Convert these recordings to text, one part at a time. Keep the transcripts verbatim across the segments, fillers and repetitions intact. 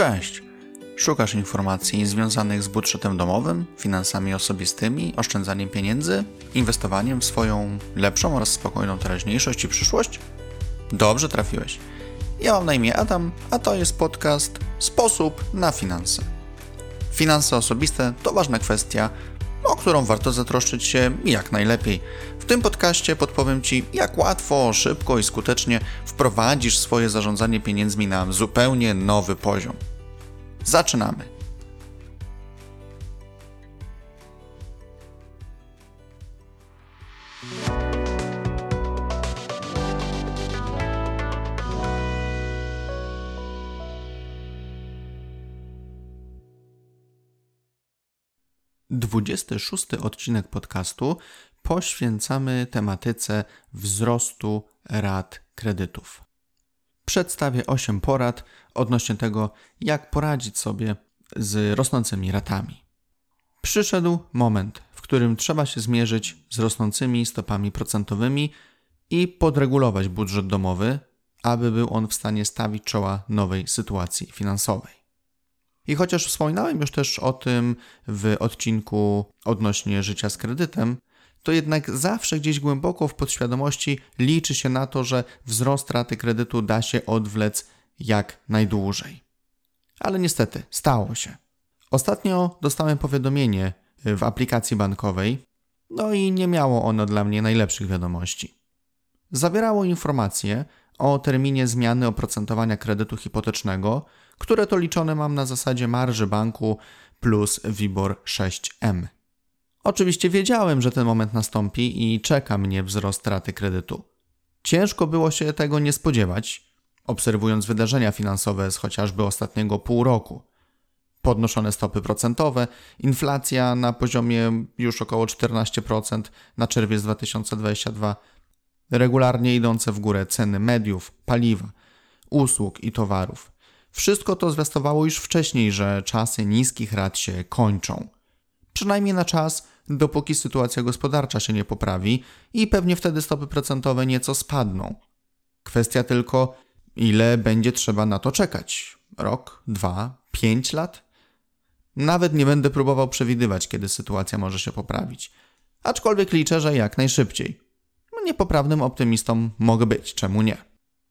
Cześć! Szukasz informacji związanych z budżetem domowym, finansami osobistymi, oszczędzaniem pieniędzy, inwestowaniem w swoją lepszą oraz spokojną teraźniejszość i przyszłość? Dobrze trafiłeś. Ja mam na imię Adam, a to jest podcast Sposób na finanse. Finanse osobiste to ważna kwestia, o którą warto zatroszczyć się jak najlepiej. W tym podcaście podpowiem Ci, jak łatwo, szybko i skutecznie wprowadzisz swoje zarządzanie pieniędzmi na zupełnie nowy poziom. Zaczynamy! dwudziesty szósty odcinek podcastu poświęcamy tematyce wzrostu rat kredytów. Przedstawię osiem porad odnośnie tego, jak poradzić sobie z rosnącymi ratami. Przyszedł moment, w którym trzeba się zmierzyć z rosnącymi stopami procentowymi i podregulować budżet domowy, aby był on w stanie stawić czoła nowej sytuacji finansowej. I chociaż wspominałem już też o tym w odcinku odnośnie życia z kredytem, to jednak zawsze gdzieś głęboko w podświadomości liczy się na to, że wzrost raty kredytu da się odwlec jak najdłużej. Ale niestety, stało się. Ostatnio dostałem powiadomienie w aplikacji bankowej, no i nie miało ono dla mnie najlepszych wiadomości. Zawierało informacje o terminie zmiany oprocentowania kredytu hipotecznego, które to liczone mam na zasadzie marży banku plus WIBOR sześć M. Oczywiście wiedziałem, że ten moment nastąpi i czeka mnie wzrost raty kredytu. Ciężko było się tego nie spodziewać, obserwując wydarzenia finansowe z chociażby ostatniego pół roku. Podnoszone stopy procentowe, inflacja na poziomie już około czternaście procent na czerwiec dwa tysiące dwudziesty drugi, regularnie idące w górę ceny mediów, paliwa, usług i towarów. Wszystko to zwiastowało już wcześniej, że czasy niskich rat się kończą. Przynajmniej na czas, dopóki sytuacja gospodarcza się nie poprawi i pewnie wtedy stopy procentowe nieco spadną. Kwestia tylko, ile będzie trzeba na to czekać? Rok, dwa, pięć lat? Nawet nie będę próbował przewidywać, kiedy sytuacja może się poprawić. Aczkolwiek liczę, że jak najszybciej. Niepoprawnym optymistą mogę być, czemu nie?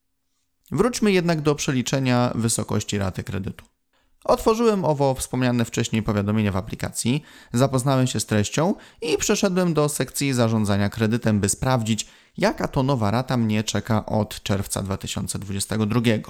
Wróćmy jednak do przeliczenia wysokości raty kredytu. Otworzyłem owo wspomniane wcześniej powiadomienie w aplikacji, zapoznałem się z treścią i przeszedłem do sekcji zarządzania kredytem, by sprawdzić, jaka to nowa rata mnie czeka od czerwca dwa tysiące dwudziestego drugiego.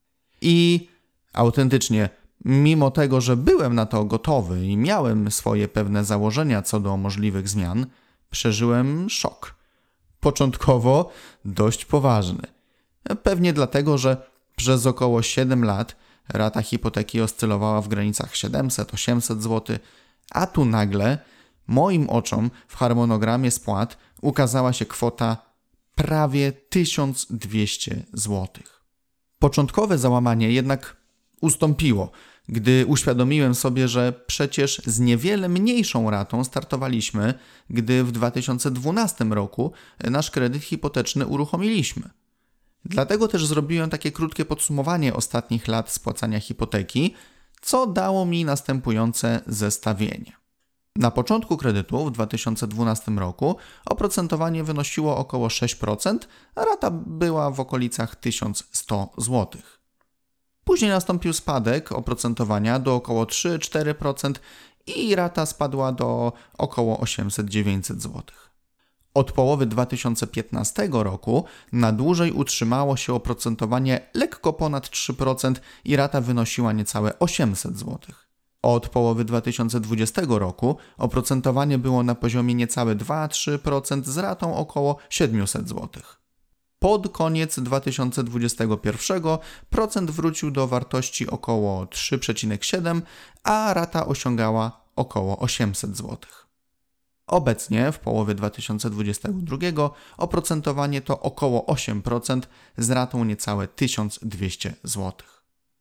I autentycznie, mimo tego, że byłem na to gotowy i miałem swoje pewne założenia co do możliwych zmian, przeżyłem szok. Początkowo dość poważny. Pewnie dlatego, że przez około siedem lat rata hipoteki oscylowała w granicach siedemset osiemset złotych, a tu nagle moim oczom w harmonogramie spłat ukazała się kwota prawie tysiąc dwieście złotych. Początkowe załamanie jednak ustąpiło, gdy uświadomiłem sobie, że przecież z niewiele mniejszą ratą startowaliśmy, gdy w dwa tysiące dwunastym roku nasz kredyt hipoteczny uruchomiliśmy. Dlatego też zrobiłem takie krótkie podsumowanie ostatnich lat spłacania hipoteki, co dało mi następujące zestawienie. Na początku kredytu w dwa tysiące dwunastym roku oprocentowanie wynosiło około sześć procent, a rata była w okolicach tysiąc sto złotych. Później nastąpił spadek oprocentowania do około trzy do czterech procent i rata spadła do około osiemset do dziewięciuset złotych. Od połowy dwa tysiące piętnastego roku na dłużej utrzymało się oprocentowanie lekko ponad trzy procent i rata wynosiła niecałe osiemset złotych. Od połowy dwa tysiące dwudziestego roku oprocentowanie było na poziomie niecałe dwa do trzech procent z ratą około siedemset złotych. Pod koniec dwa tysiące dwudziestego pierwszego procent wrócił do wartości około trzy przecinek siedem, a rata osiągała około osiemset złotych. Obecnie w połowie dwa tysiące dwudziestego drugiego oprocentowanie to około osiem procent z ratą niecałe tysiąc dwieście złotych.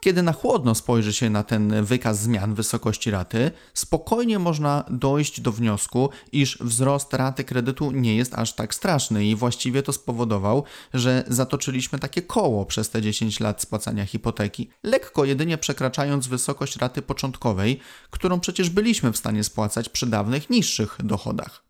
Kiedy na chłodno spojrzy się na ten wykaz zmian wysokości raty, spokojnie można dojść do wniosku, iż wzrost raty kredytu nie jest aż tak straszny i właściwie to spowodował, że zatoczyliśmy takie koło przez te dziesięć lat spłacania hipoteki, lekko jedynie przekraczając wysokość raty początkowej, którą przecież byliśmy w stanie spłacać przy dawnych niższych dochodach.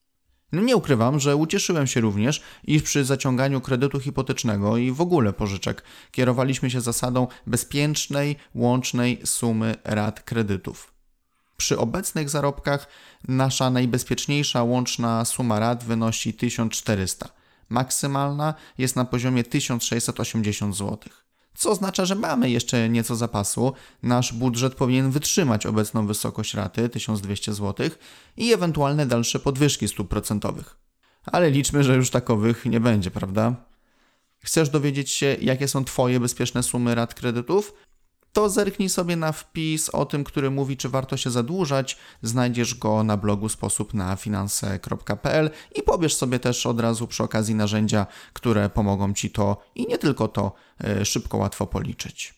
No nie ukrywam, że ucieszyłem się również, iż przy zaciąganiu kredytu hipotecznego i w ogóle pożyczek kierowaliśmy się zasadą bezpiecznej, łącznej sumy rat kredytów. Przy obecnych zarobkach nasza najbezpieczniejsza łączna suma rat wynosi tysiąc czterysta. Maksymalna jest na poziomie tysiąc sześćset osiemdziesiąt złotych. Co oznacza, że mamy jeszcze nieco zapasu, nasz budżet powinien wytrzymać obecną wysokość raty tysiąc dwieście złotych i ewentualne dalsze podwyżki stóp procentowych. Ale liczmy, że już takowych nie będzie, prawda? Chcesz dowiedzieć się, jakie są Twoje bezpieczne sumy rat kredytów? To zerknij sobie na wpis o tym, który mówi, czy warto się zadłużać. Znajdziesz go na blogu sposób na finanse kropka p l i pobierz sobie też od razu przy okazji narzędzia, które pomogą Ci to i nie tylko to szybko, łatwo policzyć.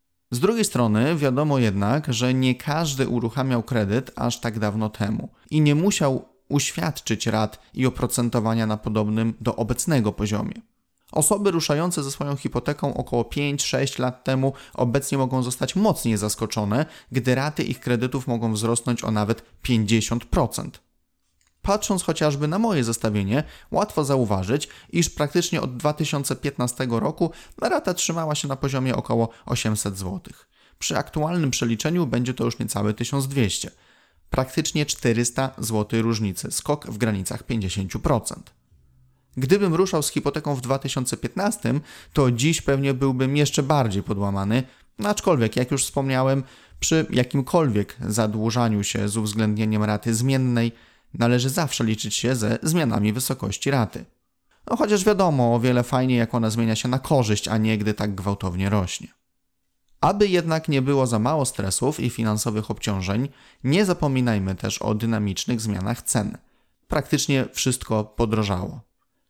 Z drugiej strony wiadomo jednak, że nie każdy uruchamiał kredyt aż tak dawno temu i nie musiał uświadczyć rat i oprocentowania na podobnym do obecnego poziomie. Osoby ruszające ze swoją hipoteką około pięć sześć lat temu obecnie mogą zostać mocniej zaskoczone, gdy raty ich kredytów mogą wzrosnąć o nawet pięćdziesiąt procent. Patrząc chociażby na moje zestawienie, łatwo zauważyć, iż praktycznie od dwa tysiące piętnastego roku rata trzymała się na poziomie około osiemset złotych. Przy aktualnym przeliczeniu będzie to już niecałe tysiąc dwieście. Praktycznie czterysta złotych różnicy, skok w granicach pięćdziesiąt procent. Gdybym ruszał z hipoteką w dwa tysiące piętnastym, to dziś pewnie byłbym jeszcze bardziej podłamany, aczkolwiek, jak już wspomniałem, przy jakimkolwiek zadłużaniu się z uwzględnieniem raty zmiennej należy zawsze liczyć się ze zmianami wysokości raty. No chociaż wiadomo, o wiele fajniej, jak ona zmienia się na korzyść, a nie gdy tak gwałtownie rośnie. Aby jednak nie było za mało stresów i finansowych obciążeń, nie zapominajmy też o dynamicznych zmianach cen. Praktycznie wszystko podrożało.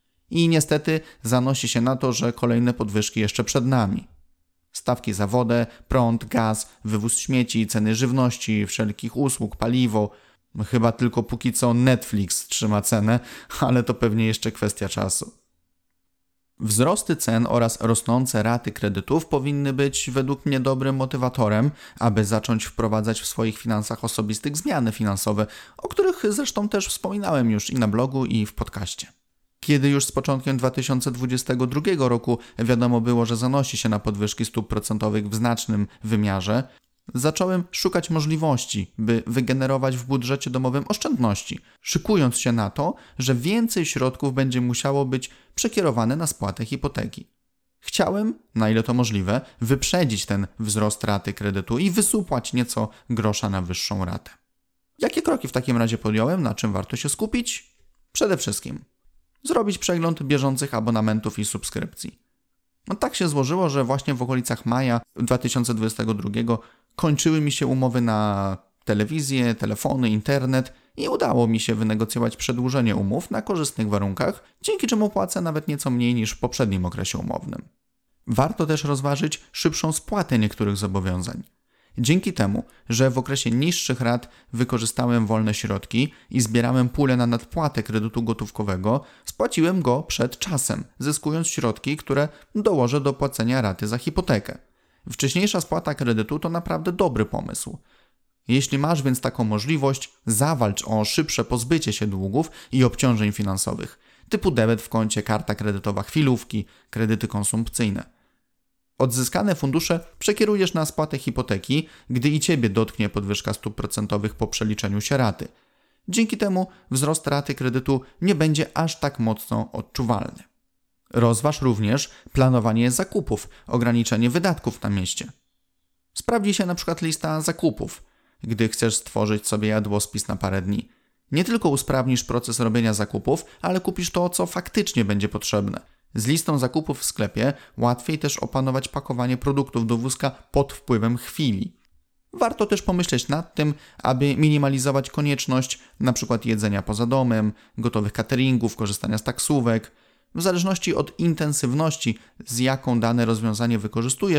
I niestety zanosi się na to, że kolejne podwyżki jeszcze przed nami. Stawki za wodę, prąd, gaz, wywóz śmieci, ceny żywności, wszelkich usług, paliwo. Chyba tylko póki co Netflix trzyma cenę, ale to pewnie jeszcze kwestia czasu. Wzrosty cen oraz rosnące raty kredytów powinny być według mnie dobrym motywatorem, aby zacząć wprowadzać w swoich finansach osobistych zmiany finansowe, o których zresztą też wspominałem już i na blogu, i w podcaście. Kiedy już z początkiem dwa tysiące dwudziestego drugiego roku wiadomo było, że zanosi się na podwyżki stóp procentowych w znacznym wymiarze, zacząłem szukać możliwości, by wygenerować w budżecie domowym oszczędności, szykując się na to, że więcej środków będzie musiało być przekierowane na spłatę hipoteki. Chciałem, na ile to możliwe, wyprzedzić ten wzrost raty kredytu i wysupłać nieco grosza na wyższą ratę. Jakie kroki w takim razie podjąłem, na czym warto się skupić? Przede wszystkim zrobić przegląd bieżących abonamentów i subskrypcji. No tak się złożyło, że właśnie w okolicach maja dwa tysiące dwudziestego drugiego kończyły mi się umowy na telewizję, telefony, internet i udało mi się wynegocjować przedłużenie umów na korzystnych warunkach, dzięki czemu płacę nawet nieco mniej niż w poprzednim okresie umownym. Warto też rozważyć szybszą spłatę niektórych zobowiązań. Dzięki temu, że w okresie niższych rat wykorzystałem wolne środki i zbierałem pulę na nadpłatę kredytu gotówkowego, spłaciłem go przed czasem, zyskując środki, które dołożę do płacenia raty za hipotekę. Wcześniejsza spłata kredytu to naprawdę dobry pomysł. Jeśli masz więc taką możliwość, zawalcz o szybsze pozbycie się długów i obciążeń finansowych, typu debet w koncie, karta kredytowa chwilówki, kredyty konsumpcyjne. Odzyskane fundusze przekierujesz na spłatę hipoteki, gdy i Ciebie dotknie podwyżka stóp procentowych po przeliczeniu się raty. Dzięki temu wzrost raty kredytu nie będzie aż tak mocno odczuwalny. Rozważ również planowanie zakupów, ograniczenie wydatków na mieście. Sprawdzi się na przykład lista zakupów, gdy chcesz stworzyć sobie jadłospis na parę dni. Nie tylko usprawnisz proces robienia zakupów, ale kupisz to, co faktycznie będzie potrzebne. Z listą zakupów w sklepie łatwiej też opanować pakowanie produktów do wózka pod wpływem chwili. Warto też pomyśleć nad tym, aby minimalizować konieczność np. jedzenia poza domem, gotowych cateringów, korzystania z taksówek. W zależności od intensywności, z jaką dane rozwiązanie wykorzystujesz,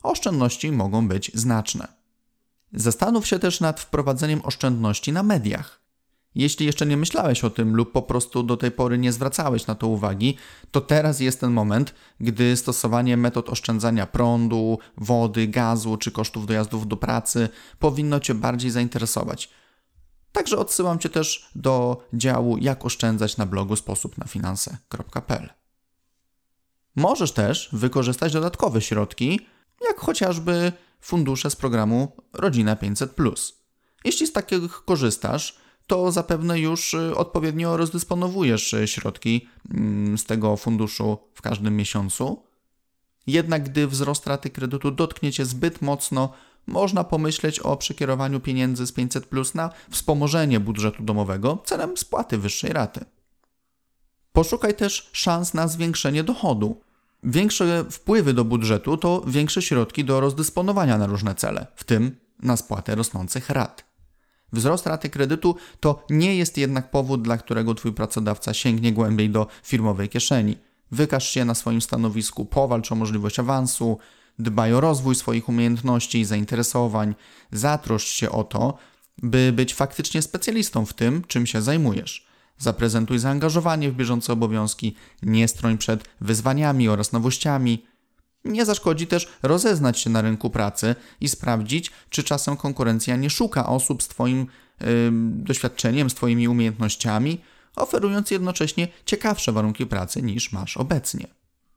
oszczędności mogą być znaczne. Zastanów się też nad wprowadzeniem oszczędności na mediach. Jeśli jeszcze nie myślałeś o tym lub po prostu do tej pory nie zwracałeś na to uwagi, to teraz jest ten moment, gdy stosowanie metod oszczędzania prądu, wody, gazu czy kosztów dojazdów do pracy powinno Cię bardziej zainteresować. Także odsyłam Cię też do działu Jak oszczędzać na blogu sposób na finanse kropka p l. Możesz też wykorzystać dodatkowe środki, jak chociażby fundusze z programu Rodzina pięćset plus. Jeśli z takich korzystasz, to zapewne już odpowiednio rozdysponowujesz środki z tego funduszu w każdym miesiącu. Jednak gdy wzrost raty kredytu dotknie Cię zbyt mocno, można pomyśleć o przekierowaniu pieniędzy z pięćset plus na wspomożenie budżetu domowego celem spłaty wyższej raty. Poszukaj też szans na zwiększenie dochodu. Większe wpływy do budżetu to większe środki do rozdysponowania na różne cele, w tym na spłatę rosnących rat. Wzrost raty kredytu to nie jest jednak powód, dla którego Twój pracodawca sięgnie głębiej do firmowej kieszeni. Wykaż się na swoim stanowisku, powalcz o możliwość awansu, dbaj o rozwój swoich umiejętności i zainteresowań, zatroszcz się o to, by być faktycznie specjalistą w tym, czym się zajmujesz. Zaprezentuj zaangażowanie w bieżące obowiązki, nie stroń przed wyzwaniami oraz nowościami. Nie zaszkodzi też rozeznać się na rynku pracy i sprawdzić, czy czasem konkurencja nie szuka osób z Twoim yy, doświadczeniem, z Twoimi umiejętnościami, oferując jednocześnie ciekawsze warunki pracy niż masz obecnie.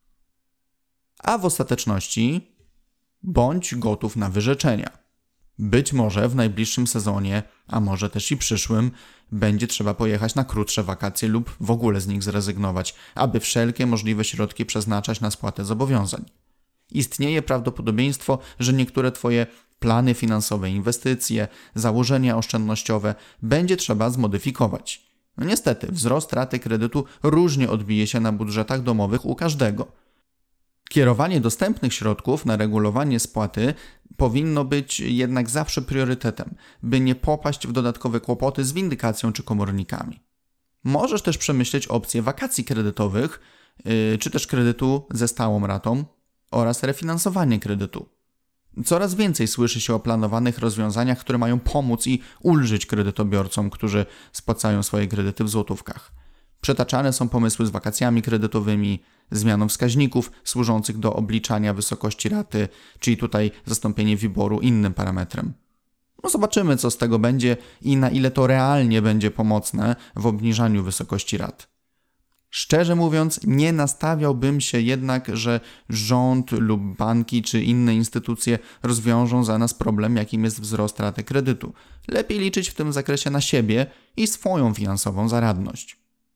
A w ostateczności bądź gotów na wyrzeczenia. Być może w najbliższym sezonie, a może też i przyszłym, będzie trzeba pojechać na krótsze wakacje lub w ogóle z nich zrezygnować, aby wszelkie możliwe środki przeznaczać na spłatę zobowiązań. Istnieje prawdopodobieństwo, że niektóre Twoje plany finansowe, inwestycje, założenia oszczędnościowe będzie trzeba zmodyfikować. No niestety, wzrost raty kredytu różnie odbije się na budżetach domowych u każdego. Kierowanie dostępnych środków na regulowanie spłaty powinno być jednak zawsze priorytetem, by nie popaść w dodatkowe kłopoty z windykacją czy komornikami. Możesz też przemyśleć opcję wakacji kredytowych, yy, czy też kredytu ze stałą ratą oraz refinansowanie kredytu. Coraz więcej słyszy się o planowanych rozwiązaniach, które mają pomóc i ulżyć kredytobiorcom, którzy spłacają swoje kredyty w złotówkach. Przetaczane są pomysły z wakacjami kredytowymi, zmianą wskaźników służących do obliczania wysokości raty, czyli tutaj zastąpienie wyboru innym parametrem. No zobaczymy, co z tego będzie i na ile to realnie będzie pomocne w obniżaniu wysokości rat. Szczerze mówiąc, nie nastawiałbym się jednak, że rząd lub banki czy inne instytucje rozwiążą za nas problem, jakim jest wzrost raty kredytu. Lepiej liczyć w tym zakresie na siebie i swoją finansową zaradność.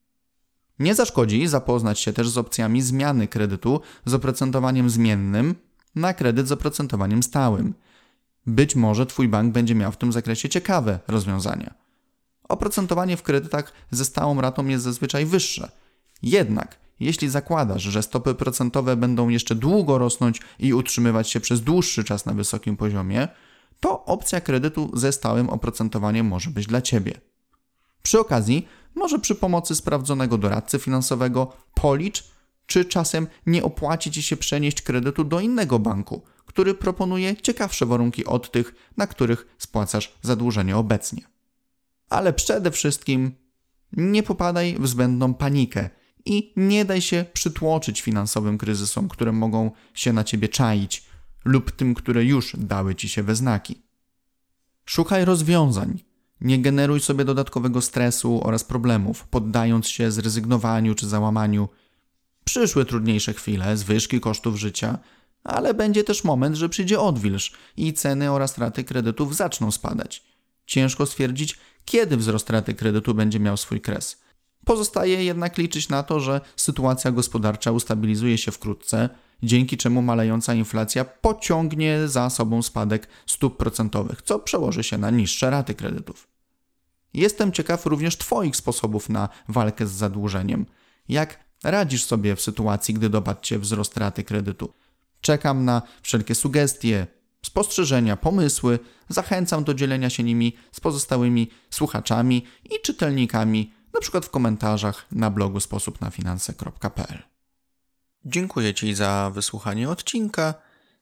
Nie zaszkodzi zapoznać się też z opcjami zmiany kredytu z oprocentowaniem zmiennym na kredyt z oprocentowaniem stałym. Być może Twój bank będzie miał w tym zakresie ciekawe rozwiązania. Oprocentowanie w kredytach ze stałą ratą jest zazwyczaj wyższe. Jednak, jeśli zakładasz, że stopy procentowe będą jeszcze długo rosnąć i utrzymywać się przez dłuższy czas na wysokim poziomie, to opcja kredytu ze stałym oprocentowaniem może być dla Ciebie. Przy okazji, może przy pomocy sprawdzonego doradcy finansowego policz, czy czasem nie opłaci Ci się przenieść kredytu do innego banku, który proponuje ciekawsze warunki od tych, na których spłacasz zadłużenie obecnie. Ale przede wszystkim nie popadaj w zbędną panikę i nie daj się przytłoczyć finansowym kryzysom, które mogą się na Ciebie czaić lub tym, które już dały Ci się we znaki. Szukaj rozwiązań. Nie generuj sobie dodatkowego stresu oraz problemów, poddając się zrezygnowaniu czy załamaniu. Przyszły trudniejsze chwile, zwyżki kosztów życia, ale będzie też moment, że przyjdzie odwilż i ceny oraz raty kredytów zaczną spadać. Ciężko stwierdzić, kiedy wzrost raty kredytu będzie miał swój kres. Pozostaje jednak liczyć na to, że sytuacja gospodarcza ustabilizuje się wkrótce, dzięki czemu malejąca inflacja pociągnie za sobą spadek stóp procentowych, co przełoży się na niższe raty kredytów. Jestem ciekaw również Twoich sposobów na walkę z zadłużeniem. Jak radzisz sobie w sytuacji, gdy dopadł Cię wzrost raty kredytu? Czekam na wszelkie sugestie, spostrzeżenia, pomysły. Zachęcam do dzielenia się nimi z pozostałymi słuchaczami i czytelnikami, na przykład w komentarzach na blogu sposób na finanse kropka p l. Dziękuję Ci za wysłuchanie odcinka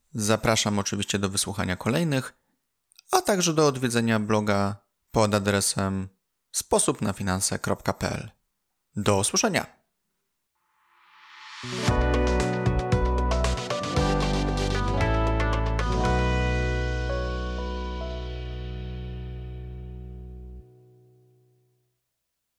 Zapraszam oczywiście do wysłuchania kolejnych, a także do odwiedzenia bloga pod adresem sposób na finanse kropka p l. Do usłyszenia!